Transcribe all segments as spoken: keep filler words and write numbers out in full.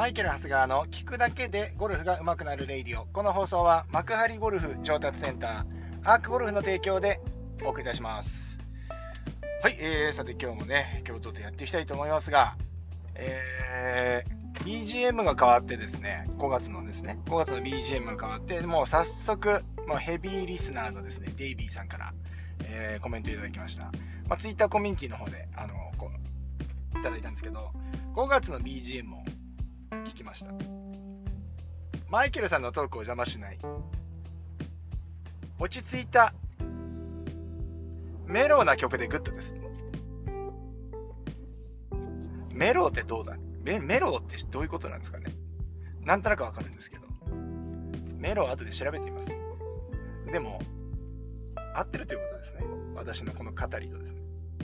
マイケル・ハスガーの聞くだけでゴルフが上手くなるレイディオ。この放送は幕張ゴルフ調達センターアークゴルフの提供でお送りいたします。はい、えー、さて今日もね今日とってやっていきたいと思いますが、えー、ビージーエム が変わってですね、ごがつのですねごがつの ビージーエム が変わって、もう早速、まあ、ヘビーリスナーのですねデイビーさんから、えー、コメントいただきました。まあ、ツイッターコミュニティの方であのこういただいたんですけど、ごがつの ビージーエム を聞きました。マイケルさんのトークを邪魔しない落ち着いたメローな曲でグッドです。メローってどうだ メ, メローってどういうことなんですかね。なんとなくわかるんですけど、メロー後で調べてみます。でも合ってるということですね、私のこの語りとですね。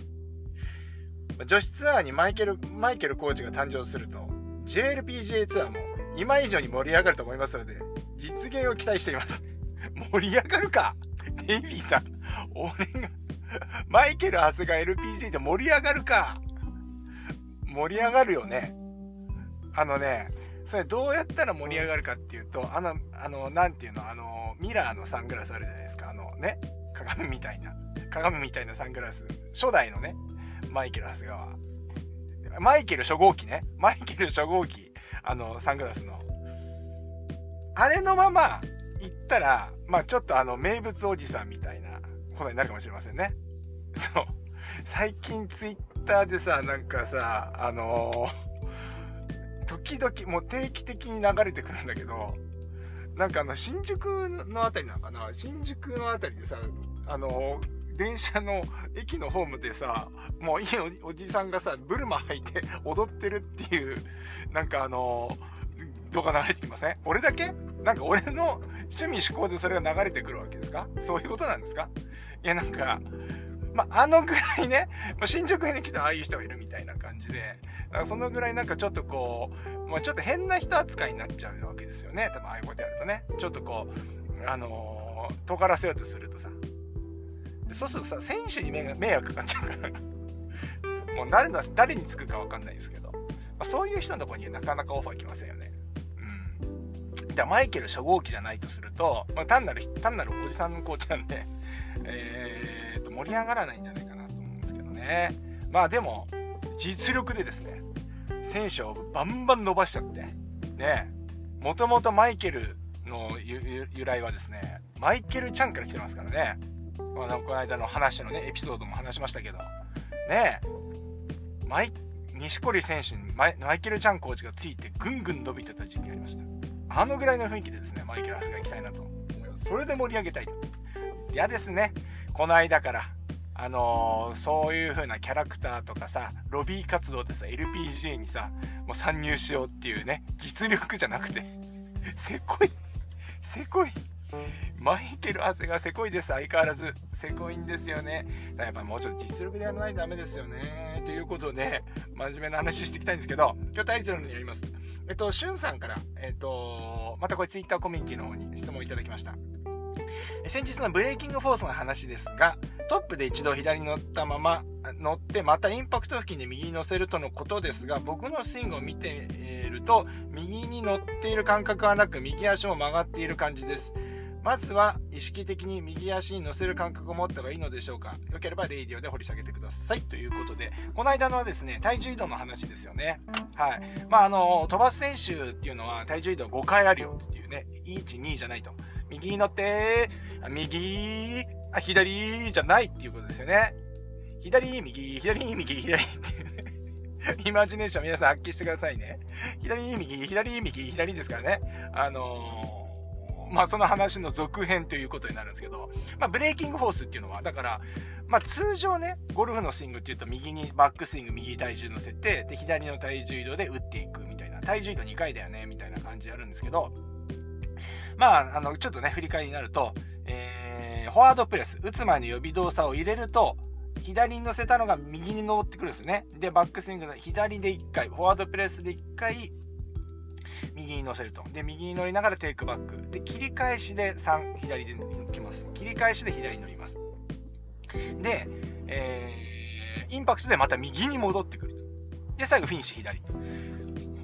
女子ツアーにマイケルマイケルコーチが誕生すると ジェイエルピージェー ツアーも今以上に盛り上がると思いますので、実現を期待しています。盛り上がるかデイビーさん、俺がマイケル・ハスが エルピージー で盛り上がるか。盛り上がるよね。あのね、それどうやったら盛り上がるかっていうと、あの、あの、なんていうの、あの、ミラーのサングラスあるじゃないですか。あのね、鏡みたいな、鏡みたいなサングラス。初代のね、マイケル・ハスガは。マイケル初号機ね。マイケル初号機。あの、サングラスの。あれのまま行ったら、まあちょっとあの、名物おじさんみたいなことになるかもしれませんね。そう。最近ツイッターでさ、なんかさ、あのー、時々、もう定期的に流れてくるんだけど、なんかあの、新宿のあたりなのかな、新宿のあたりでさ、あのー、電車の駅のホームでさ、もういい お, おじさんがさ、ブルマ履いて踊ってるっていう、なんかあのー、動画流れてきません？俺だけ？なんか俺の趣味嗜好でそれが流れてくるわけですか？そういうことなんですか？いや、なんか、まあ、あのぐらいね、まあ、新宿に来たああいう人がいるみたいな感じで、だからそのぐらいなんかちょっとこう、まあ、ちょっと変な人扱いになっちゃうわけですよね。多分ああいうことやるとね、ちょっとこう、あのー、尖らせようとするとさ、でそうするとさ、選手に迷惑かかっちゃうからもう誰の誰につくかわかんないですけど、まあ、そういう人のところにはなかなかオファー来ませんよね。うん。じゃあマイケル初号機じゃないとすると、まあ、単なる単なるおじさんのコーチなんで、えー、と盛り上がらないんじゃないかなと思うんですけどね。まあでも実力でですね、選手をバンバン伸ばしちゃってね。もともとマイケルの由来はですね、マイケルちゃんから来てますからね。まあ、この間の話のねエピソードも話しましたけどね、マイ錦織選手にマイマイケルちゃんコーチがついてぐんぐん伸びてた時期がありました。あのぐらいの雰囲気でですね、マイケル・ハスが行きたいなと思います。それで盛り上げたいと。嫌ですね、この間からあのー、そういう風なキャラクターとかさ、ロビー活動でさ エルピージェー にさもう参入しようっていうね、実力じゃなくてせこいせこいマイケル・ハスがせこいです。相変わらずせこいんですよね。だからやっぱもうちょっと実力でやらないとダメですよね。ということで真面目な話していきたいんですけど、今日タイトルにやります。えっとしゅんさんからえっとまたこれツイッターコミュニティの方に質問いただきました。先日のブレイキングフォースの話ですが、トップで一度左に乗ったまま乗ってまたインパクト付近で右に乗せるとのことですが、僕のスイングを見ていると右に乗っている感覚はなく右足も曲がっている感じです。まずは意識的に右足に乗せる感覚を持った方がいいのでしょうか。よければレイディオで掘り下げてくださいということで、この間のですね体重移動の話ですよね。はい。まああの飛ばす選手っていうのは体重移動ごかいあるよっていうね、いち、にじゃないと、右に乗って右あ左じゃないっていうことですよね。左右左右左っていうねイマジネーション皆さん発揮してくださいね。左右左右左ですからね。あのーまあその話の続編ということになるんですけど、まあブレーキングフォースっていうのはだからまあ通常ねゴルフのスイングっていうと右にバックスイング右体重乗せてで左の体重移動で打っていくみたいな、体重移動にかいだよねみたいな感じでやるんですけど、まああのちょっとね振り返りになると、えー、フォワードプレス打つ前の予備動作を入れると左に乗せたのが右に登ってくるんですよね。でバックスイングの左でいっかい、フォワードプレスでいっかい右に乗せると。で右に乗りながらテイクバックで切り返しでさん左で行きます。切り返しで左に乗ります。で、えー、インパクトでまた右に戻ってくると。で最後フィニッシュ左と。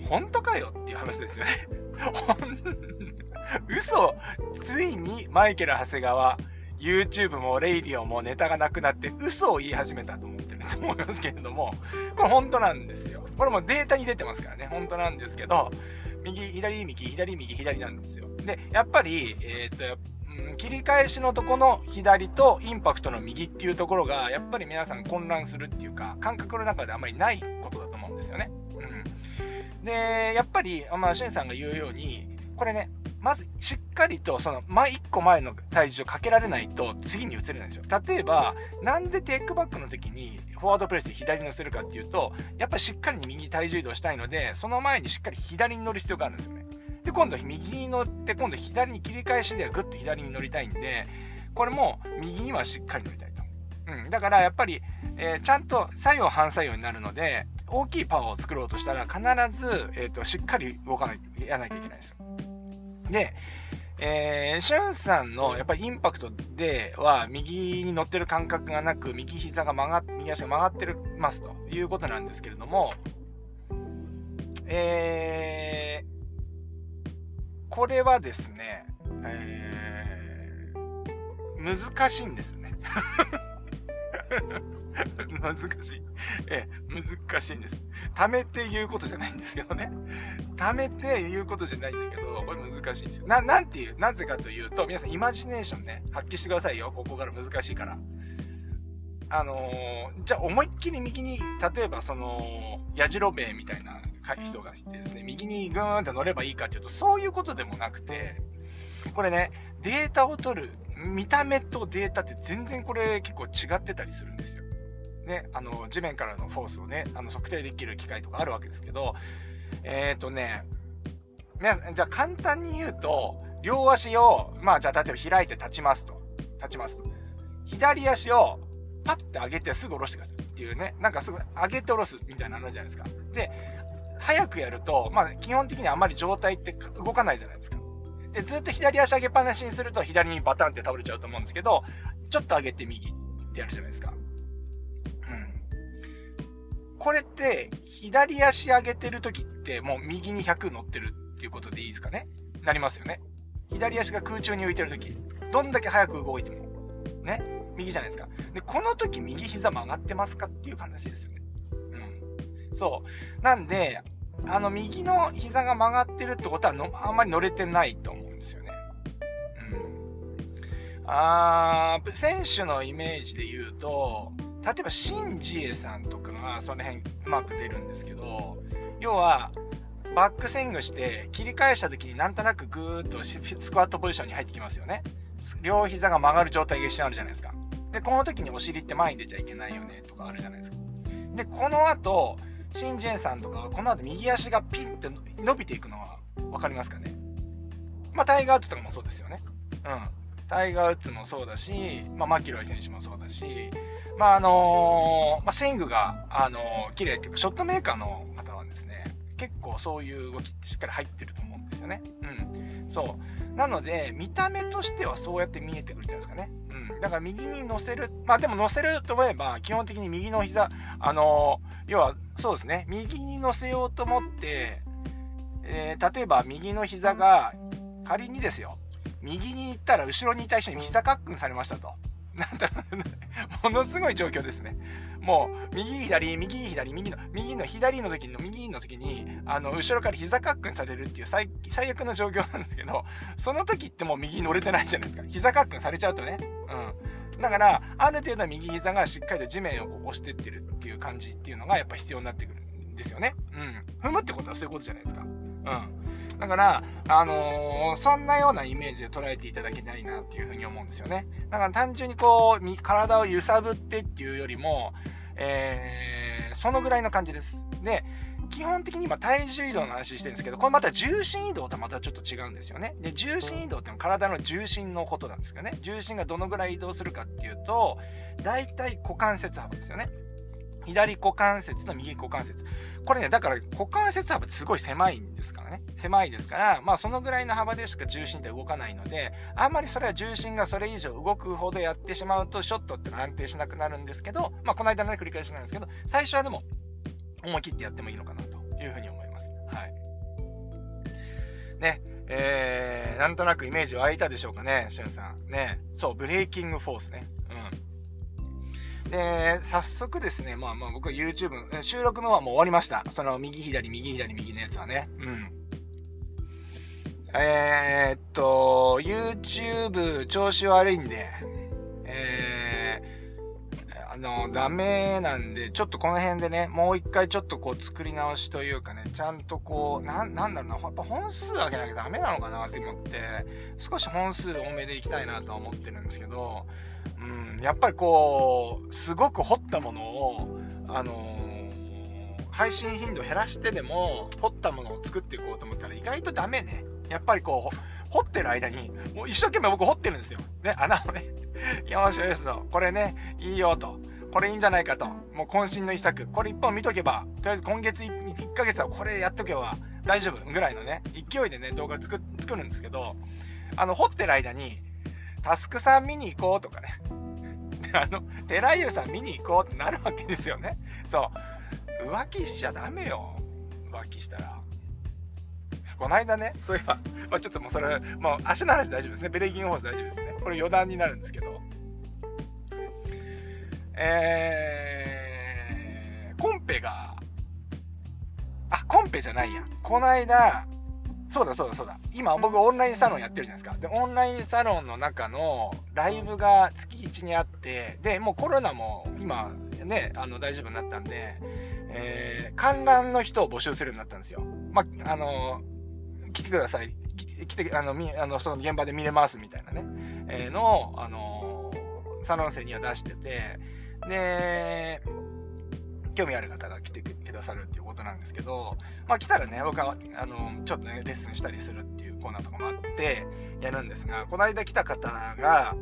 本当かよっていう話ですよね。嘘、ついにマイケル・長谷川、YouTube もレイディオもネタがなくなって嘘を言い始めたと思ってると思いますけれども、これ本当なんですよ。これもデータに出てますからね、本当なんですけど、右、左、右、左、右、左なんですよ。で、やっぱり、えー、っと、うん、切り返しのとこの左とインパクトの右っていうところが、やっぱり皆さん混乱するっていうか、感覚の中であんまりないことだと思うんですよね。うん。で、やっぱり、まあ、シュンさんが言うように、これね、まずしっかりとその前一個前の体重をかけられないと次に移れないんですよ。例えばなんでテイクバックの時にフォワードプレスで左に乗せるかっていうと、やっぱりしっかり右に体重移動したいので、その前にしっかり左に乗る必要があるんですよね。で今度右に乗って今度左に切り返しではグッと左に乗りたいんで、これも右にはしっかり乗りたいと。うん、だからやっぱり、えー、ちゃんと左右反作用になるので、大きいパワーを作ろうとしたら必ず、えーと、しっかり動かないとやらないといけないんですよ。で、えー、シュンさんのやっぱりインパクトでは右に乗ってる感覚がなく、右膝が曲がっ、右足が曲がってるますということなんですけれども、えー、これはですね、えー、難しいんですね。難しい。ええ、難しいんです。貯めて言うことじゃないんですけどね。貯めて言うことじゃないんだけど、これ難しいんですよ。な、なんていう、なぜかというと、皆さんイマジネーションね、発揮してくださいよ。ここから難しいから。あのー、じゃあ思いっきり右に、例えばその、やじろべえみたいな人がいてですね、右にグーンと乗ればいいかっていうと、そういうことでもなくて、これね、データを取る、見た目とデータって全然これ結構違ってたりするんですよ。ね、あの、地面からのフォースをね、あの、測定できる機械とかあるわけですけど、えっとね、ね、じゃあ簡単に言うと、両足を、まあじゃあ例えば開いて立ちますと。立ちますと。左足をパッて上げてすぐ下ろしてくださいっていうね、なんかすぐ上げて下ろすみたいなのあるじゃないですか。で、早くやると、まあ基本的にあんまり状態って動かないじゃないですか。で、ずっと左足上げっぱなしにすると左にバタンって倒れちゃうと思うんですけど、ちょっと上げて右ってやるじゃないですか。これって左足上げてる時ってもう右にひゃく乗ってるっていうことでいいですかね。なりますよね。左足が空中に浮いてる時、どんだけ早く動いてもね、右じゃないですか。でこの時右膝曲がってますかっていう話ですよね。うん。そうなんで、あの右の膝が曲がってるってことはのあんまり乗れてないと思うんですよね。うん。あー、選手のイメージで言うと、例えばシン・ジエさんとかがその辺うまく出るんですけど、要はバックスイングして切り返した時になんとなくグーッとスクワットポジションに入ってきますよね。両膝が曲がる状態が一緒にあるじゃないですか。でこの時にお尻って前に出ちゃいけないよねとかあるじゃないですか。でこの後シン・ジエさんとかはこの後右足がピンって伸びていくのは分かりますかね。まあタイガー・ウッズとかもそうですよね。うんタイガー・ウッズもそうだし、まあ、マキロイ選手もそうだし、まああのーまあ、スイングが、あのー、綺麗っていうかショットメーカーの方はですね、結構そういう動きってしっかり入ってると思うんですよね。うん。そう。なので、見た目としてはそうやって見えてくるじゃないですかね。うん。だから右に乗せる、まあでも乗せると思えば、基本的に右の膝、あのー、要は、そうですね、右に乗せようと思って、えー、例えば右の膝が、仮にですよ、右に行ったら後ろにいた人に膝カックンされましたと。なんだものすごい状況ですね。もう右左右左右の右の左の時の右の時にあの後ろから膝カックンされるっていう最最悪の状況なんですけど、その時ってもう右乗れてないじゃないですか。膝カックンされちゃうとね。うん。だからある程度右膝がしっかりと地面をこう押してってるっていう感じっていうのがやっぱ必要になってくるんですよね。うん。踏むってことはそういうことじゃないですか。うん。だから、あのー、そんなようなイメージで捉えていただきたいなっていうふうに思うんですよね。だから単純にこう、体を揺さぶってっていうよりも、えー、そのぐらいの感じです。で、基本的に今体重移動の話してるんですけど、これまた重心移動とはまたちょっと違うんですよね。で、重心移動ってのは体の重心のことなんですけどね。重心がどのぐらい移動するかっていうと、だいたい股関節幅ですよね。左股関節と右股関節。これね、だから股関節幅ってすごい狭いんですからね。狭いですから、まあそのぐらいの幅でしか重心って動かないので、あんまりそれは重心がそれ以上動くほどやってしまうと、ショットってのは安定しなくなるんですけど、まあこの間のね、繰り返しなんですけど、最初はでも思い切ってやってもいいのかなというふうに思います。 はい。ね、えー、なんとなくイメージ湧いたでしょうかね、しゅんさん。ね、そう、ブレイキングフォースね。うん。で、早速ですね、まあまあ僕は YouTube、収録の方はもう終わりました。その右左右左右のやつはね。うん。えー、っと、YouTube 調子悪いんで、えー、あの、ダメなんで、ちょっとこの辺でね、もう一回ちょっとこう作り直しというかね、ちゃんとこう、なん、なんだろうな、やっぱ本数上げなきゃダメなのかなって思って、少し本数多めでいきたいなとは思ってるんですけど、うん、やっぱりこう、すごく掘ったものを、あのー、配信頻度減らしてでも、掘ったものを作っていこうと思ったら意外とダメね。やっぱりこう、掘ってる間に、もう一生懸命僕掘ってるんですよ。ね、穴をね。よしよしと、これね、いいよと。これいいんじゃないかと。もう渾身の一作。これ一本見とけば、とりあえず今月いっかげつはこれやっとけば大丈夫ぐらいのね、勢いでね、動画作、作るんですけど、あの、掘ってる間に、タスクさん見に行こうとかね。あの、テラユさん見に行こうってなるわけですよね。そう。浮気しちゃダメよ。浮気したら。この間ね、そういえば、まあ、ちょっともうそれ、もう足の話大丈夫ですね。ブレイキングホース大丈夫ですね。これ余談になるんですけど。えー、コンペが、あ、コンペじゃないや。この間、そうだそうだそうだ。今僕オンラインサロンやってるじゃないですか。で、オンラインサロンの中のライブが月いちにあって、で、もうコロナも今ね、あの大丈夫になったんで、えー、観覧の人を募集するようになったんですよ。まあ、あのー、来てください。来て、あの、み、あの、その現場で見れますみたいなね、えー、のを、あのー、サロン生には出してて、で、興味ある方が来てくださるっていうことなんですけど、まあ来たらね、僕は、あの、ちょっとね、レッスンしたりするっていうコーナーとかもあって、やるんですが、この間来た方が、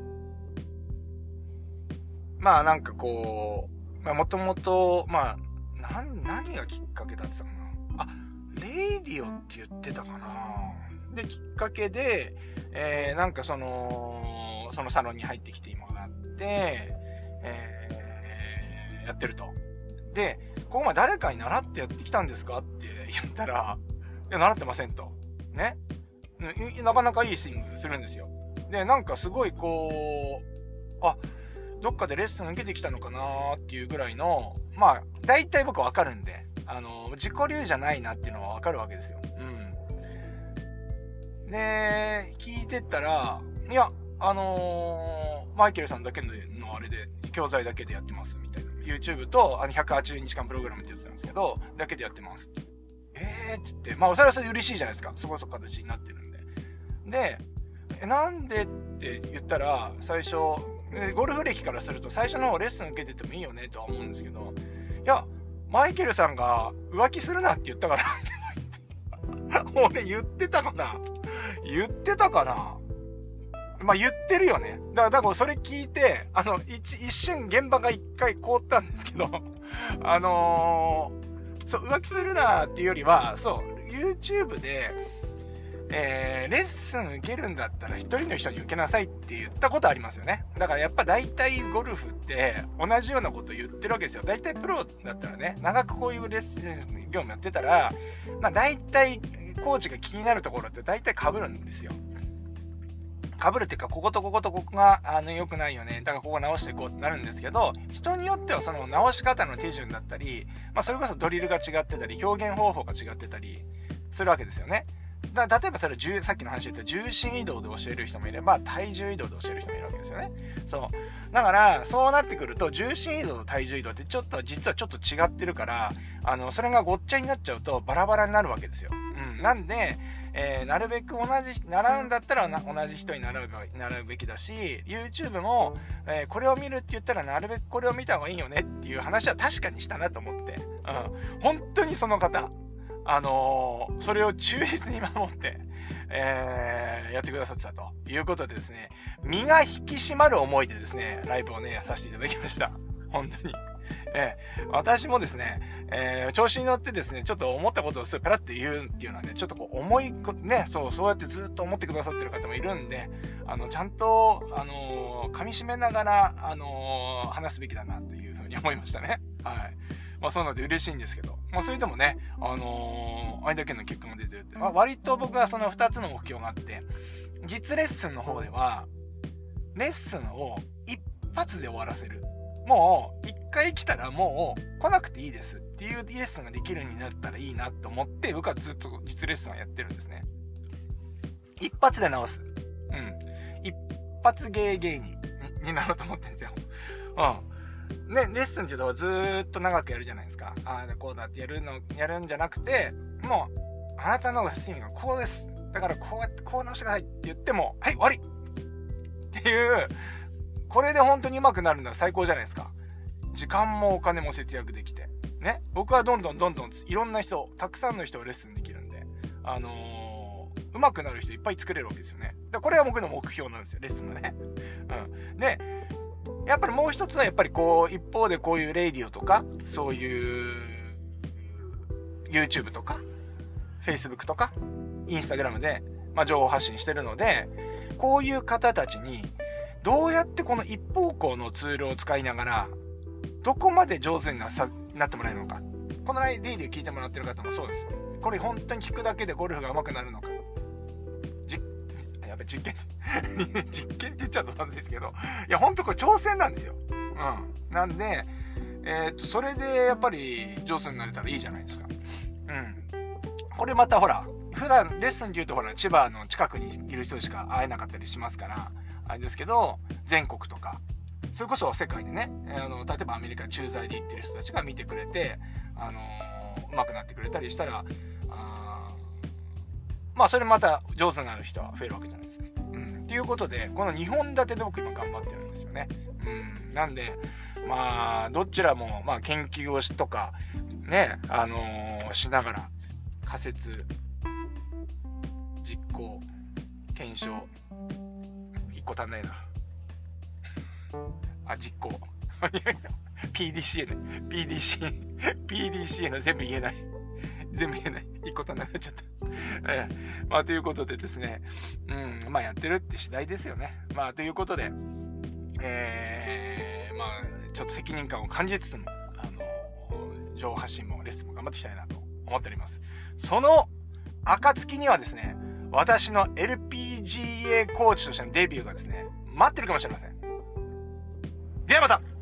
まあなんかこう、まあもともと、まあ、なん、何がきっかけだって言ったかな。あ、レイディオって言ってたかな。で、きっかけで、えー、なんかその、そのサロンに入ってきて今があって、えー、やってると。で、ここまで誰かに習ってやってきたんですかって言ったら、いや、習ってませんと。ね。なかなかいいスイングするんですよ。で、なんかすごいこう、あ、どっかでレッスン受けてきたのかなーっていうぐらいの、まあ、大体僕わかるんで、あの、自己流じゃないなっていうのはわかるわけですよ。うん。で、聞いてったら、いや、あのー、マイケルさんだけのあれで、教材だけでやってますみたいな。YouTube とあのひゃくはちじゅうにちかんプログラムってやつなんですけど、だけでやってます。えーって言って、まあ、それはそれで嬉しいじゃないですか。そこそこ形になってるんで。で、え、なんでって言ったら、最初、ゴルフ歴からすると最初の方レッスン受けててもいいよねとは思うんですけど、いや、マイケルさんが浮気するなって言ったから俺言ってたかな言ってたかなまあ、言ってるよね。だから、だからそれ聞いて、あの、一、一瞬現場が一回凍ったんですけど、あのー、そう、浮気するなっていうよりは、そう、YouTube で、えー、レッスン受けるんだったら一人の人に受けなさいって言ったことありますよね。だからやっぱ大体ゴルフって同じようなこと言ってるわけですよ。大体プロだったらね、長くこういうレッスン業務やってたら、まあ大体コーチが気になるところって大体被るんですよ。被るっていうか、こことこことここが、あの、良くないよね。だからここ直していこうってなるんですけど、人によってはその直し方の手順だったり、まあそれこそドリルが違ってたり、表現方法が違ってたりするわけですよね。だ例えばそれ、さっきの話で言った重心移動で教える人もいれば、体重移動で教える人もいるわけですよね。そう。だから、そうなってくると、重心移動と体重移動ってちょっと、実はちょっと違ってるから、あの、それがごっちゃになっちゃうと、バラバラになるわけですよ。うん。なんで、えー、なるべく同じ、習うんだったら同じ人に習う、習うべきだし、YouTube も、えー、これを見るって言ったらなるべくこれを見た方がいいよねっていう話は確かにしたなと思って。うん。本当にその方。あのー、それを忠実に守って、えー、やってくださってたということでですね、身が引き締まる思いでですね、ライブをね、させていただきました。本当に。えー、私もですね、えー、調子に乗ってですね、ちょっと思ったことをすぐペラッと言うっていうのはね、ちょっとこう思いこ、ね、そう、そうやってずっと思ってくださってる方もいるんで、あの、ちゃんと、あのー、噛み締めながら、あのー、話すべきだなというふうに思いましたね。はい。 まあそうなので嬉しいんですけど、まあそれでもね、あのー、あれだけの結果が出てるって、まあ割と僕はそのふたつの目標があって、実レッスンの方では、レッスンを一発で終わらせる。もう、一回来たらもう来なくていいですっていうレッスンができるようになったらいいなと思って、僕はずっと実レッスンをやってるんですね。一発で直す。うん。一発芸芸人 に, になろうと思ってるんですよ。うん。ね、レッスンっていうとずーっと長くやるじゃないですか。ああだこうだってやるの、やるんじゃなくて、もう、あなたのスイングがこうです。だからこうやってこう直してくださいって言っても、はい、終わりっていう、これで本当に上手くなるのは最高じゃないですか。時間もお金も節約できて。ね。僕はどんどんどんどんいろんな人、たくさんの人をレッスンできるんで、あのー、上手くなる人いっぱい作れるわけですよね。だこれは僕の目標なんですよ、レッスンのね。うん。で、やっぱりもう一つはやっぱりこう、一方でこういうレイディオとか、そういう、YouTube とか、Facebook とか、Instagram で、まあ、情報発信してるので、こういう方たちに、どうやってこの一方向のツールを使いながら、どこまで上手に な, さなってもらえるのか。このレイディオ聞いてもらってる方もそうです。これ本当に聞くだけでゴルフが上手くなるのか。じ、やべ、実験実験って言っちゃうとまずいですけど、いや、本当これ挑戦なんですよ。うん。なんで、えー、っと、それでやっぱり上手になれたらいいじゃないですか。うん。これまたほら、普段レッスンって言うとほら、千葉の近くにいる人しか会えなかったりしますから、あれですけど、全国とか、それこそ世界でね、あの、例えばアメリカ駐在で行ってる人たちが見てくれて、あのー、上手くなってくれたりしたら、あまあそれまた上手になる人は増えるわけじゃないですか。うん。っていうことで、このにほん立てで僕今頑張ってるんですよね。うん。なんで、まあ、どちらも、まあ研究をしとか、ね、あのー、しながら、仮説、実行、検証、一個足んないな。あ、実行。ピーディーシーエー ね。ピーディーシー、ピーディーシーエー の全部言えない。全部言えない。一個足んなくなっちゃった。えー、まあ、ということでですね。うん、まあ、やってるって次第ですよね。まあ、ということで、えー、まあ、ちょっと責任感を感じつつも、あのー、情報発信もレッスンも頑張っていきたいなと思っております。その、暁にはですね、私の エルピージーエー コーチとしてのデビューがですね、待ってるかもしれません。ではまた。